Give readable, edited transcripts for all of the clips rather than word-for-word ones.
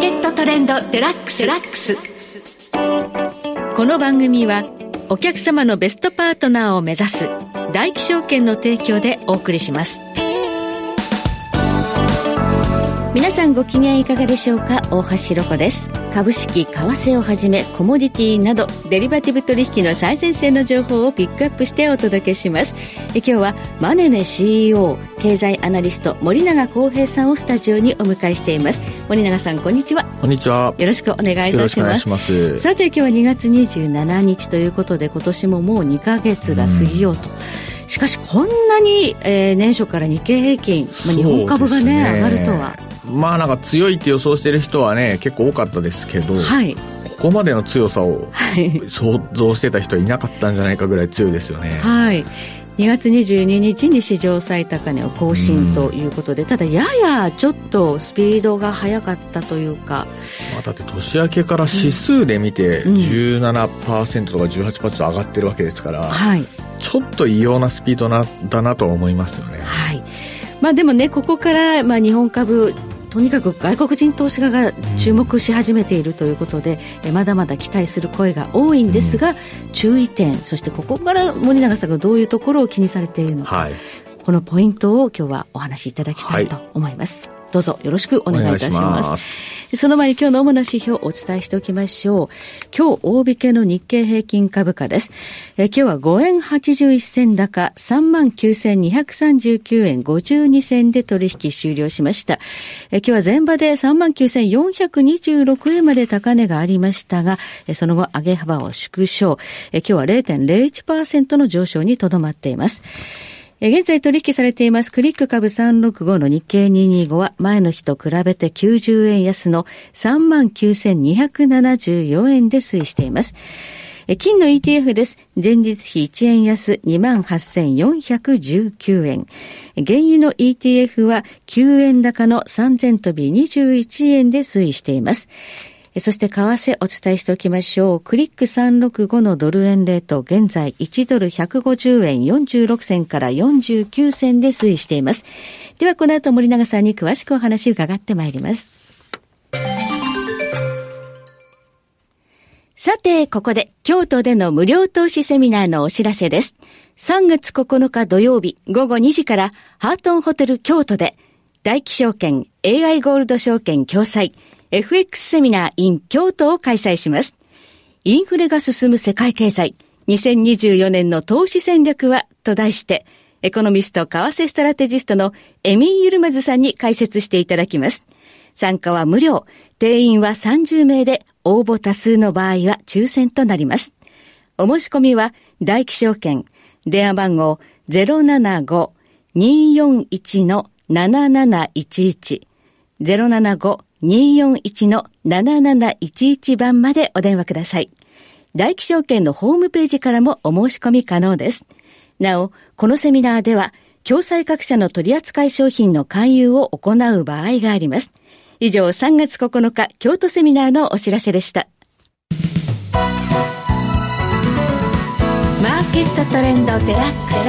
ケットトレンドデラックス。 この番組はお客様のベストパートナーを目指す大気証券の提供でお送りします。皆さんご機嫌いかがでしょうか。大橋ロコです。株式、為替をはじめコモディティなどデリバティブ取引の最前線の情報をピックアップしてお届けします。今日はマネネ CEO 経済アナリスト森永康平さんをスタジオにお迎えしています。森永さん、こんにちは。 こんにちは。 よろしくお願いいたします。 よろしくお願いします。 さて、今日は2月27日ということで、今年ももう2ヶ月が過ぎようと、しかしこんなに、年初から日経平均、日本株がね上がるとは。 なんか強いって予想してる人はね結構多かったですけど、はい、ここまでの強さを想像してた人はいなかったんじゃないかぐらい強いですよね。 はい、2月22日に史上最高値を更新ということで、ただややちょっとスピードが速かったというか、 だって年明けから指数で見て 17% とか 18% 上がってるわけですから、はい、ちょっと異様なスピードだなとは思いますよね。 はい、でもね、ここから、日本株とにかく外国人投資家が注目し始めているということで、まだまだ期待する声が多いんですが、注意点、そしてここから森永さんがどういうところを気にされているのか、はい、このポイントを今日はお話しいただきたいと思います。はい、どうぞよろしくお願いいたします。その前に今日の主な指標をお伝えしておきましょう。今日大引けの日経平均株価です。今日は5円81銭高 39,239 円52銭で取引終了しました。今日は前場で 39,426 円まで高値がありましたが、その後上げ幅を縮小。今日は 0.01% の上昇にとどまっています。現在取引されていますクリック株365の日経225は前の日と比べて90円安の 39,274 円で推移しています。金の ETF です。前日比1円安 28,419 円。原油の ETF は9円高の3000飛び21円で推移しています。そして為替お伝えしておきましょう。クリック365のドル円レート、現在1ドル150円46銭から49銭で推移しています。ではこの後森永さんに詳しくお話伺ってまいります。さて、ここで京都での無料投資セミナーのお知らせです。3月9日土曜日午後2時からハートンホテル京都で大気証券 AI ゴールド証券共催FX セミナー in 京都を開催します。インフレが進む世界経済、2024年の投資戦略はと題して、エコノミスト為替ストラテジストのエミン・ユルマズさんに解説していただきます。参加は無料、定員は30名で、応募多数の場合は抽選となります。お申し込みは大気証券、電話番号 075-241-7711 075-241-7711 番までお電話ください。大気証券のホームページからもお申し込み可能です。なお、このセミナーでは、共済各社の取扱い商品の勧誘を行う場合があります。以上、3月9日、京都セミナーのお知らせでした。マーケットトレンドデラックス。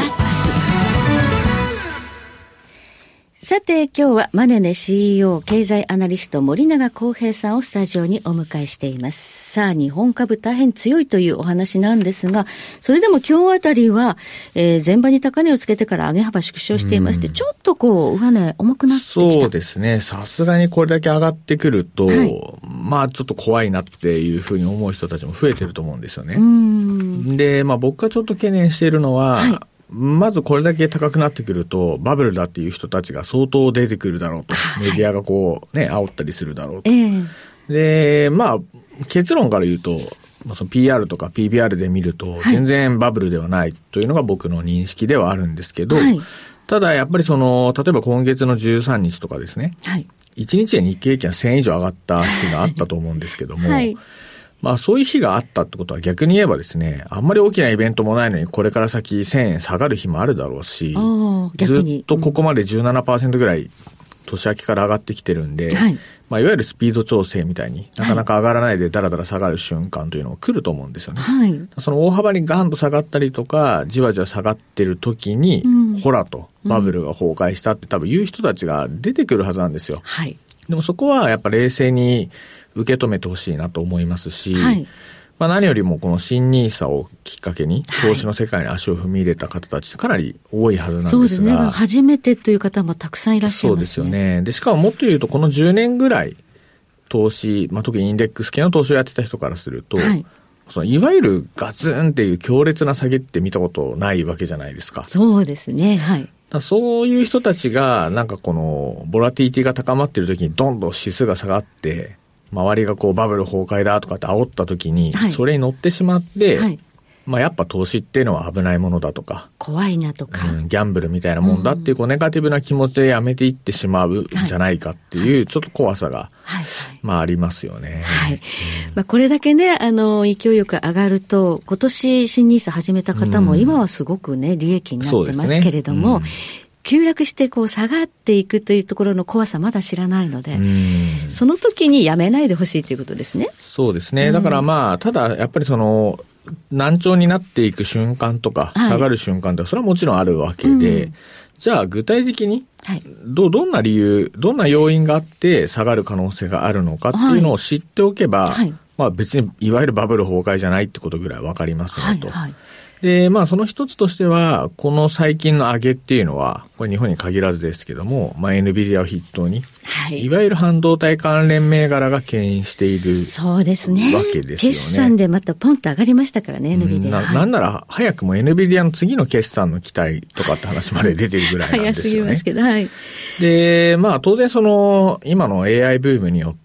さて、今日はマネネ CEO 経済アナリスト森永康平さんをスタジオにお迎えしています。さあ、日本株大変強いというお話なんですが、それでも今日あたりは、前場に高値をつけてから上げ幅縮小していまして、ちょっと上値重くなってきた。 そうですね。さすがにこれだけ上がってくると、はい、ちょっと怖いなっていうふうに思う人たちも増えてると思うんですよね。で、僕がちょっと懸念しているのは、はい、まずこれだけ高くなってくるとバブルだっていう人たちが相当出てくるだろうと、メディアが煽ったりするだろうと、で結論から言うと、その PR とか PBR で見ると全然バブルではないというのが僕の認識ではあるんですけど、はい、ただやっぱり例えば今月の13日とかですね、はい、1日で日経平均は1000円以上上がった日があったと思うんですけども、はい、そういう日があったってことは逆に言えばですね、あんまり大きなイベントもないのにこれから先1000円下がる日もあるだろうし、ずっとここまで 17% ぐらい年明けから上がってきてるんで、はい、いわゆるスピード調整みたいになかなか上がらないでだらだら下がる瞬間というのも来ると思うんですよね。はい、その大幅にガンと下がったりとかじわじわ下がってる時に、ほらとバブルが崩壊したって多分言う人たちが出てくるはずなんですよ。はい、 でもそこはやっぱ冷静に受け止めてほしいなと思いますし、 はい、 まあ何よりもこの新NISAをきっかけに投資の世界に足を踏み入れた方たちってかなり多いはずなんですが。 そうですね。初めてという方もたくさんいらっしゃいますね。 そうですよね。で、しかももっと言うとこの10年ぐらい投資、まあ特にインデックス系の投資をやってた人からすると、はい、いわゆるガツンっていう強烈な下げって見たことないわけじゃないですか。 そうですね。はい。 そういう人たちがなんかこのボラティティが高まっている時にどんどん指数が下がって周りがこうバブル崩壊だとかって煽った時に、はい、それに乗ってしまって、はい、まあやっぱ投資っていうのは危ないものだとか怖いなとか、 ギャンブルみたいなもんだっていうこうネガティブな気持ちでやめていってしまうんじゃないかっていうちょっと怖さが、はい、まあありますよね。 はい。まあこれだけね勢いよく上がると今年新NISA始めた方も今はすごくね利益になってますけれども、急落してこう下がっていくというところの怖さまだ知らないので、その時にやめないでほしいということですね。 そうですね。だからまあただやっぱり難聴になっていく瞬間とか、下がる瞬間とかそれはもちろんあるわけで、じゃあ具体的にどんな理由、どんな要因があって下がる可能性があるのかっていうのを知っておけば、まあ別にいわゆるバブル崩壊じゃないってことぐらいわかりますねと。で、まあその一つとしては、この最近の上げっていうのは、これ日本に限らずですけども、まあ NVIDIA を筆頭に、いわゆる半導体関連銘柄が牽引しているそうですね。 わけですよね。 決算でまたポンと上がりましたからね、NVIDIA。 なんなら早くも NVIDIA の次の決算の期待とかって話まで出てるぐらいなんですよね。 早すぎますけど、はい。 で、まあ当然今の AI ブームによって、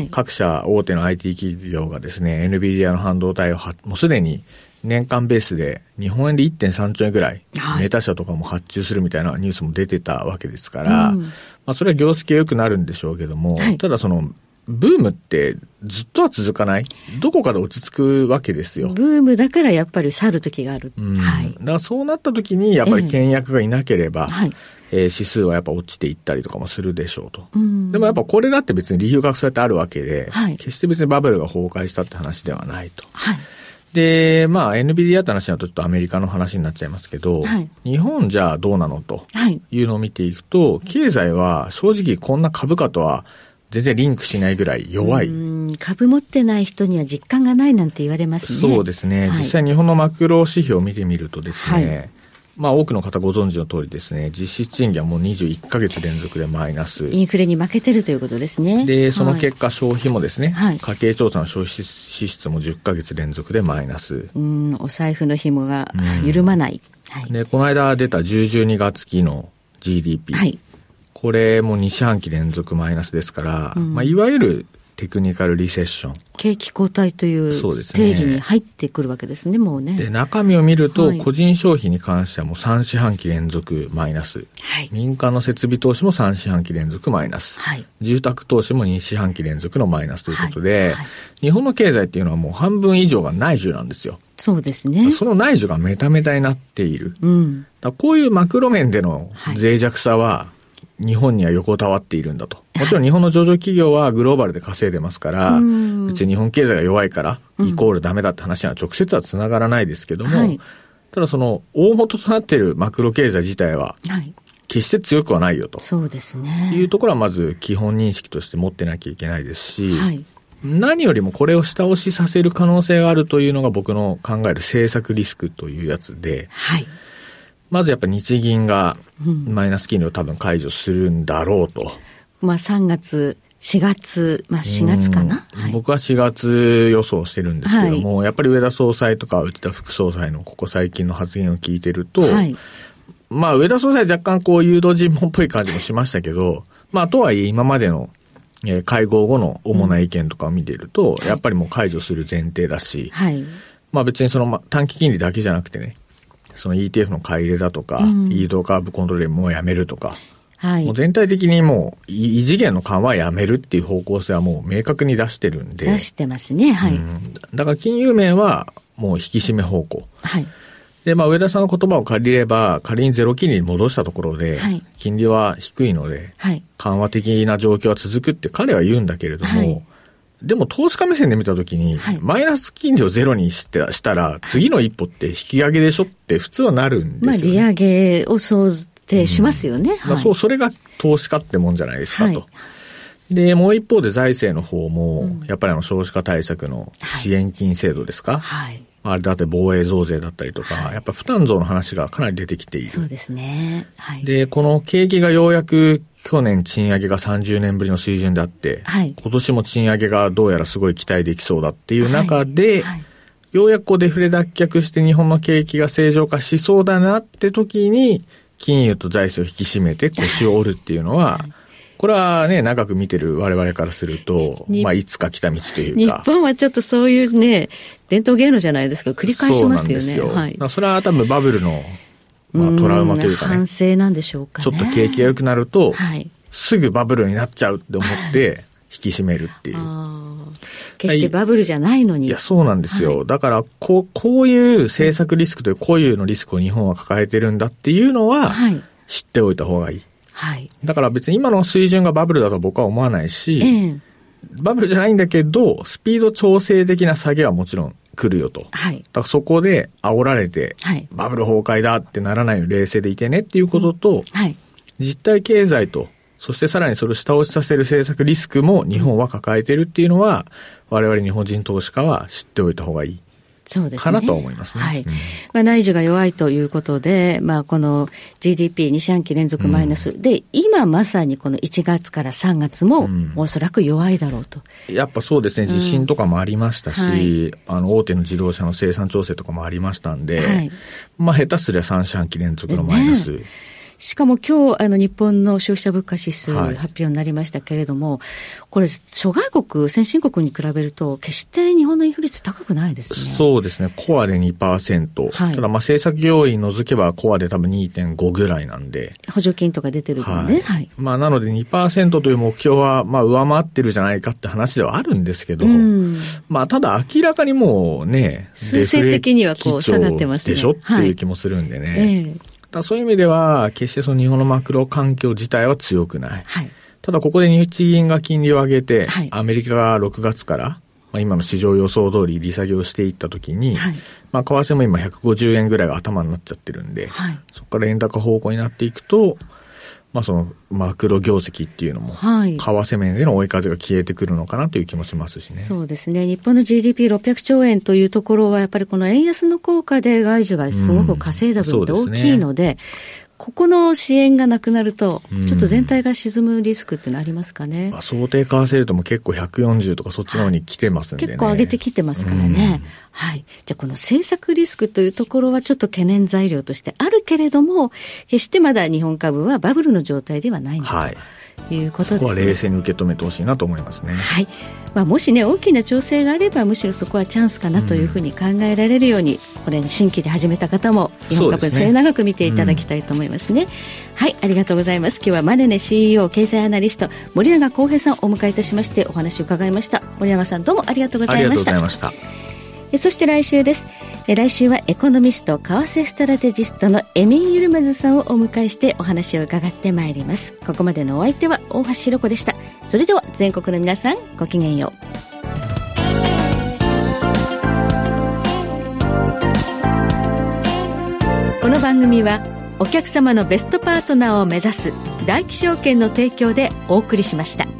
各社大手の IT 企業がですね、NVIDIA の半導体をもうすでに年間ベースで日本円で 1.3 兆円ぐらい、メタ社とかも発注するみたいなニュースも出てたわけですから、まあそれは業績が良くなるんでしょうけども、ただブームってずっとは続かない。どこかで落ち着くわけですよ。 ブームだからやっぱり去る時がある。 だからそうなった時にやっぱり倹約がいなければ、指数はやっぱ落ちていったりとかもするでしょうと。でもやっぱこれだって別に理由がそうやってあるわけで、決して別にバブルが崩壊したって話ではないと。で、まあ NVIDIA って話になるとちょっとアメリカの話になっちゃいますけど、日本じゃあどうなのというのを見ていくと、経済は正直こんな株価とは全然リンクしないぐらい弱い。 株持ってない人には実感がないなんて言われますね。 そうですね。実際日本のマクロ指標を見てみるとですね、まあ多くの方ご存知の通りですね、実質賃金はもう21ヶ月連続でマイナス。 インフレに負けてるということですね。 で、その結果消費もですね、家計調査の消費支出も10ヶ月連続でマイナス。 お財布の紐が緩まない。 で、この間出た10、12月期の GDP。これも2四半期連続マイナスですから、まあいわゆるテクニカルリセッション。 景気後退という定義に入ってくるわけですね、もうね。 で、中身を見ると、個人消費に関してはもう3四半期連続マイナス。民間の設備投資も3四半期連続マイナス。住宅投資も2四半期連続のマイナスということで、日本の経済っていうのはもう半分以上が内需なんですよ。 そうですね。 その内需がメタメタになっている。だこういうマクロ面での脆弱さは、日本には横たわっているんだと。もちろん日本の上場企業はグローバルで稼いでますから、別に日本経済が弱いからイコールダメだって話には直接はつながらないですけども、ただ大元となっているマクロ経済自体は決して強くはないよと。 そうですね。 いうところはまず基本認識として持ってなきゃいけないですし、何よりもこれを下押しさせる可能性があるというのが僕の考える政策リスクというやつで、まずやっぱ日銀がマイナス金利を多分解除するんだろうと。 まあ3月、4月、まあ4月かな、 僕は4月予想してるんですけども、やっぱり上田総裁とか内田副総裁のここ最近の発言を聞いてると、まあ上田総裁若干誘導尋問っぽい感じもしましたけど、まあとはいえ今までの会合後の主な意見とかを見ていると、やっぱりもう解除する前提だし、まあ別に短期金利だけじゃなくてね、ETF の買い入れだとか、イールドカーブコントロールもうやめるとか、もう全体的にもう異次元の緩和はやめるっていう方向性はもう明確に出してるんで。 出してますね。 だから金融面はもう引き締め方向。で、まあ上田さんの言葉を借りれば、仮にゼロ金利に戻したところで、金利は低いので、緩和的な状況は続くって彼は言うんだけれども、でも投資家目線で見たときに、マイナス金利をゼロにしたら、次の一歩って引き上げでしょって普通はなるんですよね。 まあ利上げを想定しますよね。 それが投資家ってもんじゃないですかと。 で、もう一方で財政の方も、やっぱり少子化対策の支援金制度ですか、 はい、 あれだって防衛増税だったりとか、はい、やっぱ負担増の話がかなり出てきている。 そうですね。はい、で、 この景気がようやく去年賃上げが30年ぶりの水準であって、はい、今年も賃上げがどうやらすごい期待できそうだっていう中で、はいはい、ようやくデフレ脱却して日本の景気が正常化しそうだなって時に、金融と財政を引き締めて腰を折るっていうのは、はいこれはね、長く見てる我々からすると、いつか来た道というか。 日本はちょっとそういうね、伝統芸能じゃないですけど、繰り返しますよね。 そうなんですよ。 はい、 それは多分バブルの、トラウマというかね。 反省なんでしょうかね。 ちょっと景気が良くなると、はい、すぐバブルになっちゃうって思って、引き締めるっていう。 決してバブルじゃないのに。 いや、そうなんですよ。はい、だから、こういう政策リスクという固有のリスクを日本は抱えてるんだっていうのは、はい、知っておいた方がいい。はい、だから別に今の水準がバブルだと僕は思わないし、バブルじゃないんだけど、スピード調整的な下げはもちろん来るよと。はい、だからそこで煽られて、はい、バブル崩壊だってならないように冷静でいてねっていうことと、はい、実体経済と、そしてさらにそれを下押しさせる政策リスクも日本は抱えているっていうのは、我々日本人投資家は知っておいた方がいい。 そうですね。 かなと思いますね。 はい。内需が弱いということで、この GDP2 四半期連続マイナス、で、今まさにこの1月から3月もおそらく弱いだろうと。 やっぱそうですね。地震とかもありましたし、はい、大手の自動車の生産調整とかもありましたんで、はい、下手すりゃ3四半期連続のマイナス。 しかも今日日本の消費者物価指数発表になりましたけれども、はい、これ諸外国先進国に比べると決して日本のインフレ率高くないですね。 そうですね。コアで 2%、はい、ただ政策要因除けばコアで多分 2.5 ぐらいなんで補助金とか出てる分ね、はいはい、なので 2% という目標は上回ってるじゃないかって話ではあるんですけど、ただ明らかにもうね数勢的には下がってますねでしょっていう気もするんでね、そういう意味では決してその日本のマクロ環境自体は強くない、はい、ただここで日銀が金利を上げて、はい、アメリカが6月から、今の市場予想通り利下げをしていったときに、はい、為替も今150円ぐらいが頭になっちゃってるんで、はい、そこから円高方向になっていくとそのマクロ業績っていうのも、はい、為替面での追い風が消えてくるのかなという気もしますしね。 そうですね。日本の GDP600 兆円というところはやっぱりこの円安の効果で外需がすごく稼いだ分って大きいので、ここの支援がなくなると、ちょっと全体が沈むリスクってのありますかね。 想定為替レートも結構140とかそっちの方に来てますんでね。 結構上げてきてますからね。はい。じゃあこの政策リスクというところはちょっと懸念材料としてあるけれども、決してまだ日本株はバブルの状態ではないんだと。はいいうことですね。 そこは冷静に受け止めてほしいなと思いますね。 はい。もしね大きな調整があればむしろそこはチャンスかなというふうに考えられるように、これ新規で始めた方も日本株末永く見ていただきたいと思いますね。はい、ありがとうございます。今日はマネネ CEO 経済アナリスト森永康平さんをお迎えいたしましてお話を伺いました。森永さんどうもありがとうございました。 ありがとうございました。 そして来週です。来週はエコノミスト為替ストラテジストのエミン・ユルマズさんをお迎えしてお話を伺ってまいります。ここまでのお相手は大橋ひろ子でした。それでは全国の皆さんごきげんよう。この番組はお客様のベストパートナーを目指す大気証券の提供でお送りしました。